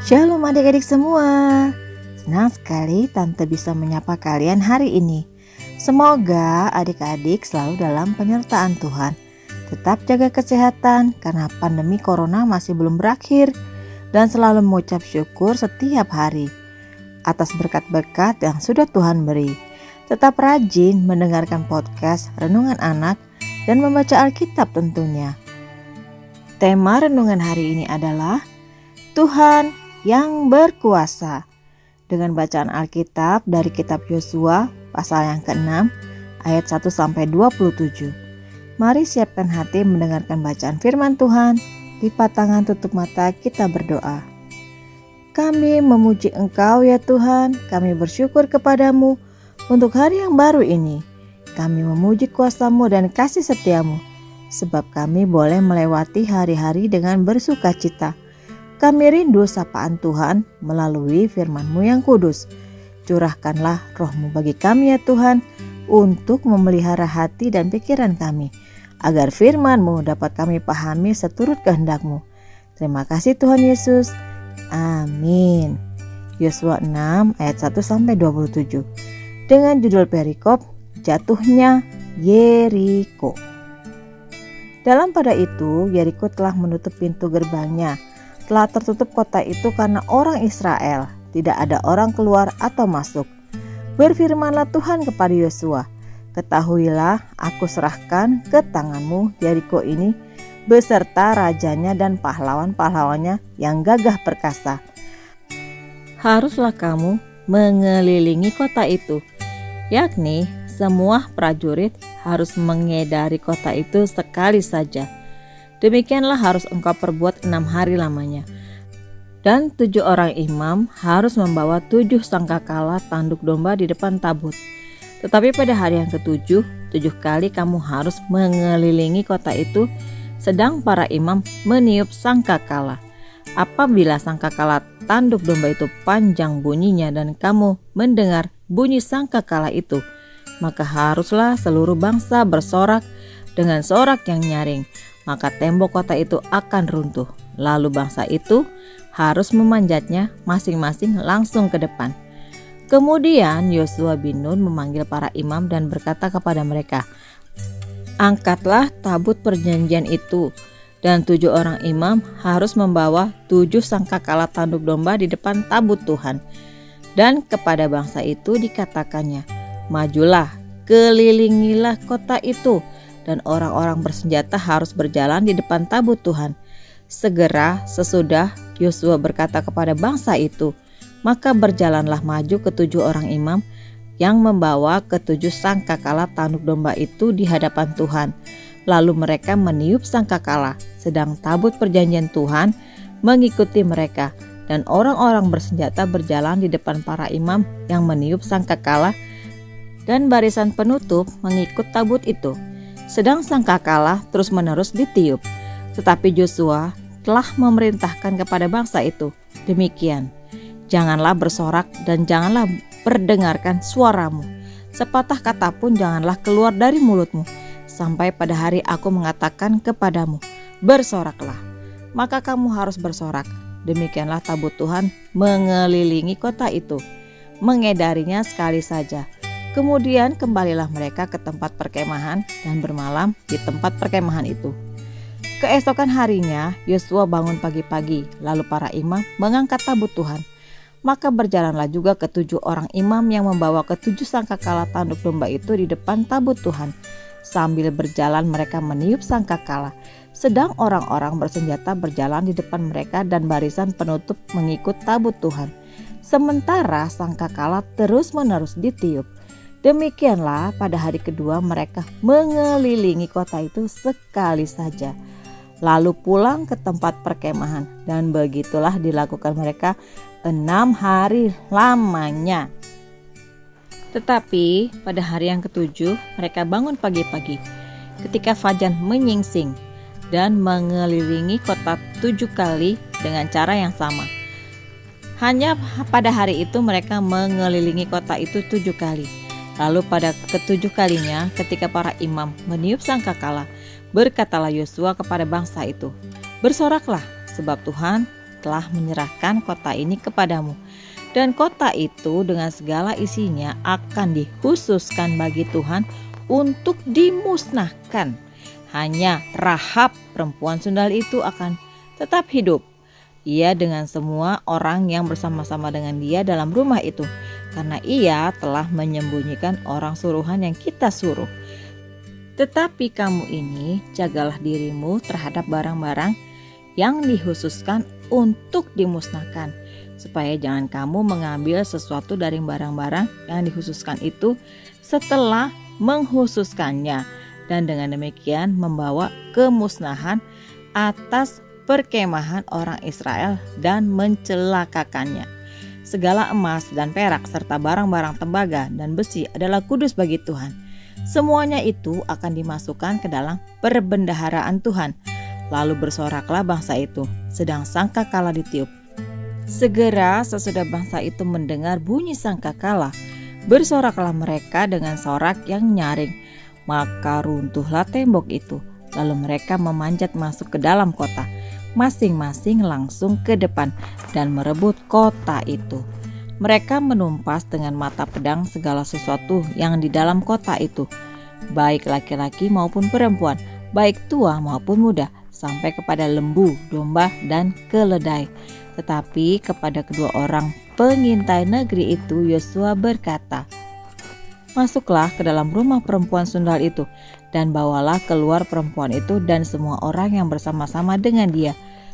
Shalom adik-adik semua. Senang sekali Tante bisa menyapa kalian hari ini. Semoga adik-adik selalu dalam penyertaan Tuhan. Tetap jaga kesehatan karena pandemi corona masih belum berakhir. Dan selalu mengucap syukur setiap hari atas berkat-berkat yang sudah Tuhan beri. Tetap rajin mendengarkan podcast Renungan Anak dan membaca Alkitab tentunya. Tema renungan hari ini adalah Tuhan yang berkuasa. Dengan bacaan Alkitab dari kitab Yosua pasal yang ke-6 ayat 1-27. Mari siapkan hati mendengarkan bacaan firman Tuhan. Lipat tangan, tutup mata, kita berdoa. Kami memuji Engkau ya Tuhan, kami bersyukur kepadamu untuk hari yang baru ini. Kami memuji kuasa-Mu dan kasih setia-Mu, sebab kami boleh melewati hari-hari dengan bersuka cita. Kami rindu sapaan Tuhan melalui firman-Mu yang kudus. Curahkanlah roh-Mu bagi kami ya Tuhan, untuk memelihara hati dan pikiran kami, agar firman-Mu dapat kami pahami seturut kehendak-Mu. Terima kasih Tuhan Yesus. Amin. Yosua 6 ayat 1-27 dengan judul perikop Jatuhnya Yeriko. Dalam pada itu Yeriko telah menutup pintu gerbangnya. Telah tertutup kota itu karena orang Israel, tidak ada orang keluar atau masuk. Berfirmanlah Tuhan kepada Yosua, ketahuilah aku serahkan ke tanganmu Yeriko ini beserta rajanya dan pahlawan-pahlawannya yang gagah perkasa. Haruslah kamu mengelilingi kota itu, yakni semua prajurit harus mengedari kota itu sekali saja. Demikianlah harus engkau perbuat 6 hari lamanya. Dan 7 orang imam harus membawa 7 sangkakala tanduk domba di depan tabut. Tetapi pada hari yang ke-7, 7 kali kamu harus mengelilingi kota itu, sedang para imam meniup sangkakala. Apabila sangkakala tanduk domba itu panjang bunyinya dan kamu mendengar bunyi sangkakala itu, maka haruslah seluruh bangsa bersorak dengan sorak yang nyaring. Maka tembok kota itu akan runtuh. Lalu bangsa itu harus memanjatnya masing-masing langsung ke depan. Kemudian Yosua bin Nun memanggil para imam dan berkata kepada mereka, angkatlah tabut perjanjian itu, dan 7 orang imam harus membawa 7 sangkakala tanduk domba di depan tabut Tuhan. Dan kepada bangsa itu dikatakannya, majulah, kelilingilah kota itu, dan orang-orang bersenjata harus berjalan di depan tabut Tuhan. Segera sesudah Yosua berkata kepada bangsa itu, maka berjalanlah maju ke-7 orang imam yang membawa ke-7 sangkakala tanduk domba itu di hadapan Tuhan. Lalu mereka meniup sangkakala, sedang tabut perjanjian Tuhan mengikuti mereka, dan orang-orang bersenjata berjalan di depan para imam yang meniup sangkakala, dan barisan penutup mengikut tabut itu. Sedang sangkakala terus-menerus ditiup. Tetapi Yosua telah memerintahkan kepada bangsa itu, demikian, janganlah bersorak dan janganlah perdengarkan suaramu. Sepatah kata pun janganlah keluar dari mulutmu, sampai pada hari aku mengatakan kepadamu, bersoraklah. Maka kamu harus bersorak. Demikianlah tabut Tuhan mengelilingi kota itu, mengedarinya sekali saja. Kemudian kembalilah mereka ke tempat perkemahan dan bermalam di tempat perkemahan itu. Keesokan harinya Yosua bangun pagi-pagi, lalu para imam mengangkat tabut Tuhan. Maka berjalanlah juga ke-7 orang imam yang membawa ke-7 sangkakala tanduk domba itu di depan tabut Tuhan. Sambil berjalan mereka meniup sangkakala, sedang orang-orang bersenjata berjalan di depan mereka dan barisan penutup mengikut tabut Tuhan. Sementara sangkakala terus-menerus ditiup. Demikianlah pada hari kedua mereka mengelilingi kota itu sekali saja, lalu pulang ke tempat perkemahan, dan begitulah dilakukan mereka 6 hari lamanya. Tetapi pada hari yang ke-7 mereka bangun pagi-pagi ketika fajar menyingsing dan mengelilingi kota 7 kali dengan cara yang sama. Hanya pada hari itu mereka mengelilingi kota itu 7 kali. Lalu pada ke-7 kalinya ketika para imam meniup sangkakala, berkatalah Yosua kepada bangsa itu, bersoraklah sebab Tuhan telah menyerahkan kota ini kepadamu. Dan kota itu dengan segala isinya akan dikhususkan bagi Tuhan untuk dimusnahkan. Hanya Rahab perempuan sundal itu akan tetap hidup. Ia dengan semua orang yang bersama-sama dengan dia dalam rumah itu, karena ia telah menyembunyikan orang suruhan yang kita suruh. Tetapi kamu ini jagalah dirimu terhadap barang-barang yang dikhususkan untuk dimusnahkan, supaya jangan kamu mengambil sesuatu dari barang-barang yang dikhususkan itu setelah menghususkannya, dan dengan demikian membawa kemusnahan atas perkemahan orang Israel dan mencelakakannya. Segala emas dan perak serta barang-barang tembaga dan besi adalah kudus bagi Tuhan. Semuanya itu akan dimasukkan ke dalam perbendaharaan Tuhan. Lalu bersoraklah bangsa itu, sedang sangkakala ditiup. Segera sesudah bangsa itu mendengar bunyi sangkakala, bersoraklah mereka dengan sorak yang nyaring. Maka runtuhlah tembok itu. Lalu mereka memanjat masuk ke dalam kota, masing-masing langsung ke depan dan merebut kota itu. Mereka menumpas dengan mata pedang segala sesuatu yang di dalam kota itu, baik laki-laki maupun perempuan, baik tua maupun muda, sampai kepada lembu, domba, dan keledai. Tetapi kepada kedua orang pengintai negeri itu Yosua berkata, "Masuklah ke dalam rumah perempuan sundal itu, dan bawalah keluar perempuan itu dan semua orang yang bersama-sama dengan dia,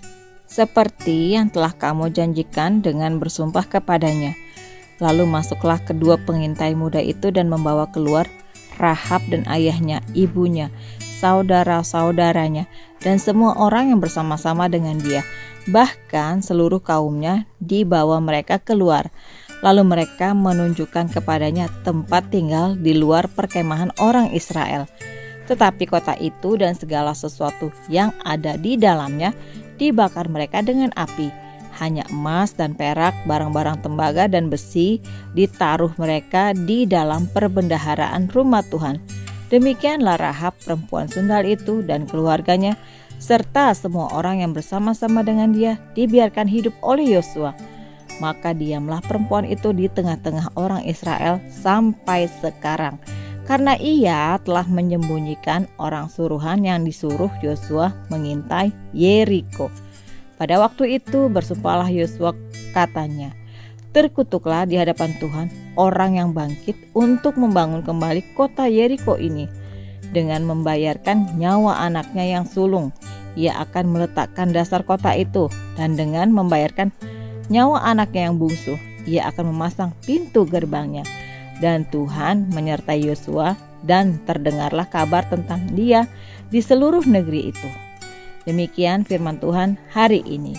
seperti yang telah kamu janjikan dengan bersumpah kepadanya." Lalu masuklah kedua pengintai muda itu dan membawa keluar Rahab dan ayahnya, ibunya, saudara-saudaranya, dan semua orang yang bersama-sama dengan dia. Bahkan seluruh kaumnya dibawa mereka keluar. Lalu mereka menunjukkan kepadanya tempat tinggal di luar perkemahan orang Israel. Tetapi kota itu dan segala sesuatu yang ada di dalamnya dibakar mereka dengan api. Hanya emas dan perak, barang-barang tembaga dan besi ditaruh mereka di dalam perbendaharaan rumah Tuhan. Demikianlah Rahab perempuan sundal itu dan keluarganya, serta semua orang yang bersama-sama dengan dia dibiarkan hidup oleh Yosua. Maka diamlah perempuan itu di tengah-tengah orang Israel sampai sekarang, karena ia telah menyembunyikan orang suruhan yang disuruh Yosua mengintai Yeriko. Pada waktu itu bersumpahlah Yosua, katanya, "Terkutuklah di hadapan Tuhan orang yang bangkit untuk membangun kembali kota Yeriko ini. Dengan membayarkan nyawa anaknya yang sulung, ia akan meletakkan dasar kota itu, dan dengan membayarkan nyawa anaknya yang bungsu, ia akan memasang pintu gerbangnya." Dan Tuhan menyertai Yosua, dan terdengarlah kabar tentang dia di seluruh negeri itu. Demikian firman Tuhan hari ini.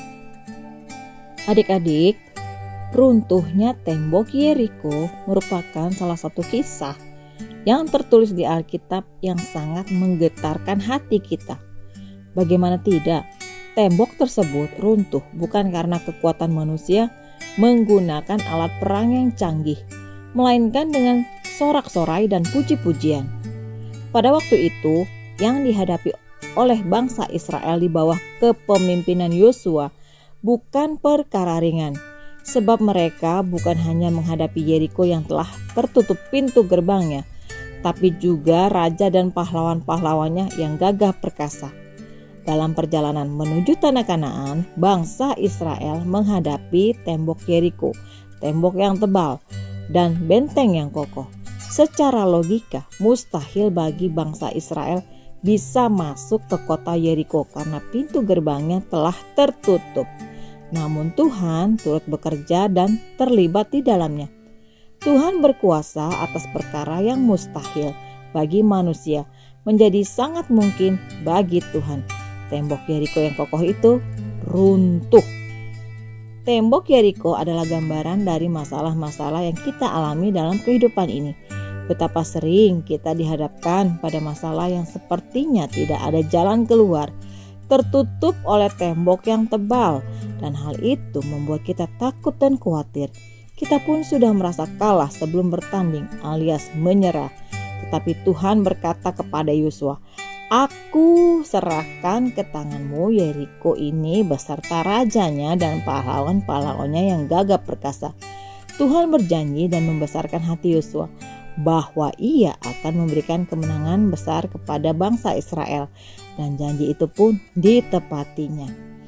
Adik-adik, runtuhnya tembok Yeriko merupakan salah satu kisah yang tertulis di Alkitab yang sangat menggetarkan hati kita. Bagaimana tidak, tembok tersebut runtuh bukan karena kekuatan manusia menggunakan alat perang yang canggih, melainkan dengan sorak-sorai dan puji-pujian. Pada waktu itu, yang dihadapi oleh bangsa Israel di bawah kepemimpinan Yosua bukan perkara ringan, sebab mereka bukan hanya menghadapi Yeriko yang telah tertutup pintu gerbangnya, tapi juga raja dan pahlawan-pahlawannya yang gagah perkasa. Dalam perjalanan menuju tanah Kanaan, bangsa Israel menghadapi tembok Yeriko, tembok yang tebal dan benteng yang kokoh. Secara logika, mustahil bagi bangsa Israel bisa masuk ke kota Yeriko karena pintu gerbangnya telah tertutup. Namun Tuhan turut bekerja dan terlibat di dalamnya. Tuhan berkuasa atas perkara yang mustahil bagi manusia menjadi sangat mungkin bagi Tuhan. Tembok Yeriko yang kokoh itu runtuh. Tembok Yeriko adalah gambaran dari masalah-masalah yang kita alami dalam kehidupan ini. Betapa sering kita dihadapkan pada masalah yang sepertinya tidak ada jalan keluar, tertutup oleh tembok yang tebal, dan hal itu membuat kita takut dan khawatir. Kita pun sudah merasa kalah sebelum bertanding alias menyerah. Tetapi Tuhan berkata kepada Yosua, Aku serahkan ke tanganmu Yeriko ini beserta rajanya dan pahlawan-pahlawannya yang gagah perkasa. Tuhan berjanji dan membesarkan hati Yosua bahwa ia akan memberikan kemenangan besar kepada bangsa Israel, dan janji itu pun ditepatinya.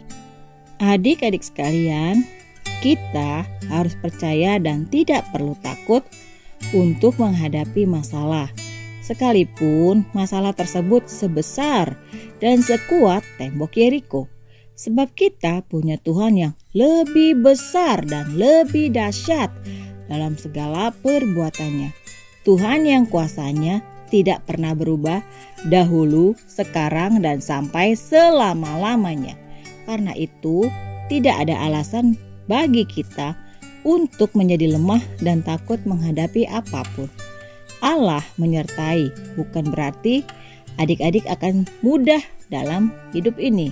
Adik-adik sekalian, kita harus percaya dan tidak perlu takut untuk menghadapi masalah, sekalipun masalah tersebut sebesar dan sekuat tembok Yeriko. Sebab kita punya Tuhan yang lebih besar dan lebih dahsyat dalam segala perbuatannya. Tuhan yang kuasanya tidak pernah berubah, dahulu, sekarang, dan sampai selama-lamanya. Karena itu, tidak ada alasan bagi kita untuk menjadi lemah dan takut menghadapi apapun. Allah menyertai, bukan berarti adik-adik akan mudah dalam hidup ini.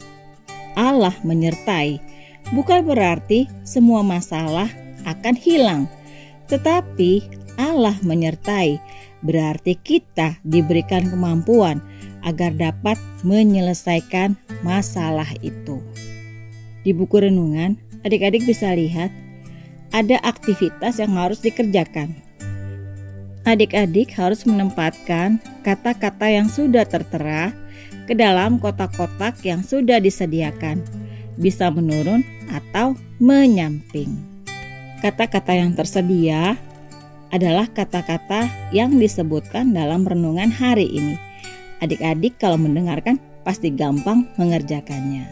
Allah menyertai, bukan berarti semua masalah akan hilang. Tetapi Allah menyertai, berarti kita diberikan kemampuan agar dapat menyelesaikan masalah itu. Di buku renungan, adik-adik bisa lihat ada aktivitas yang harus dikerjakan. Adik-adik harus menempatkan kata-kata yang sudah tertera ke dalam kotak-kotak yang sudah disediakan, bisa menurun atau menyamping. Kata-kata yang tersedia adalah kata-kata yang disebutkan dalam renungan hari ini. Adik-adik kalau mendengarkan pasti gampang mengerjakannya.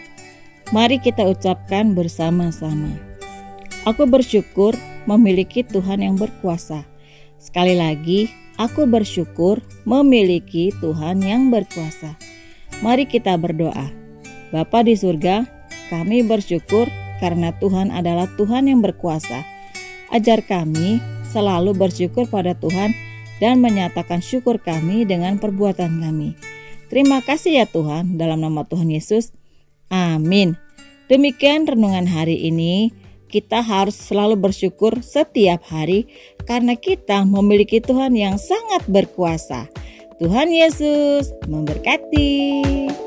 Mari kita ucapkan bersama-sama. Aku bersyukur memiliki Tuhan yang berkuasa. Sekali lagi, aku bersyukur memiliki Tuhan yang berkuasa. Mari kita berdoa. Bapa di surga, kami bersyukur karena Tuhan adalah Tuhan yang berkuasa. Ajar kami selalu bersyukur pada Tuhan dan menyatakan syukur kami dengan perbuatan kami. Terima kasih ya Tuhan, dalam nama Tuhan Yesus. Amin. Demikian renungan hari ini. Kita harus selalu bersyukur setiap hari karena kita memiliki Tuhan yang sangat berkuasa. Tuhan Yesus memberkati.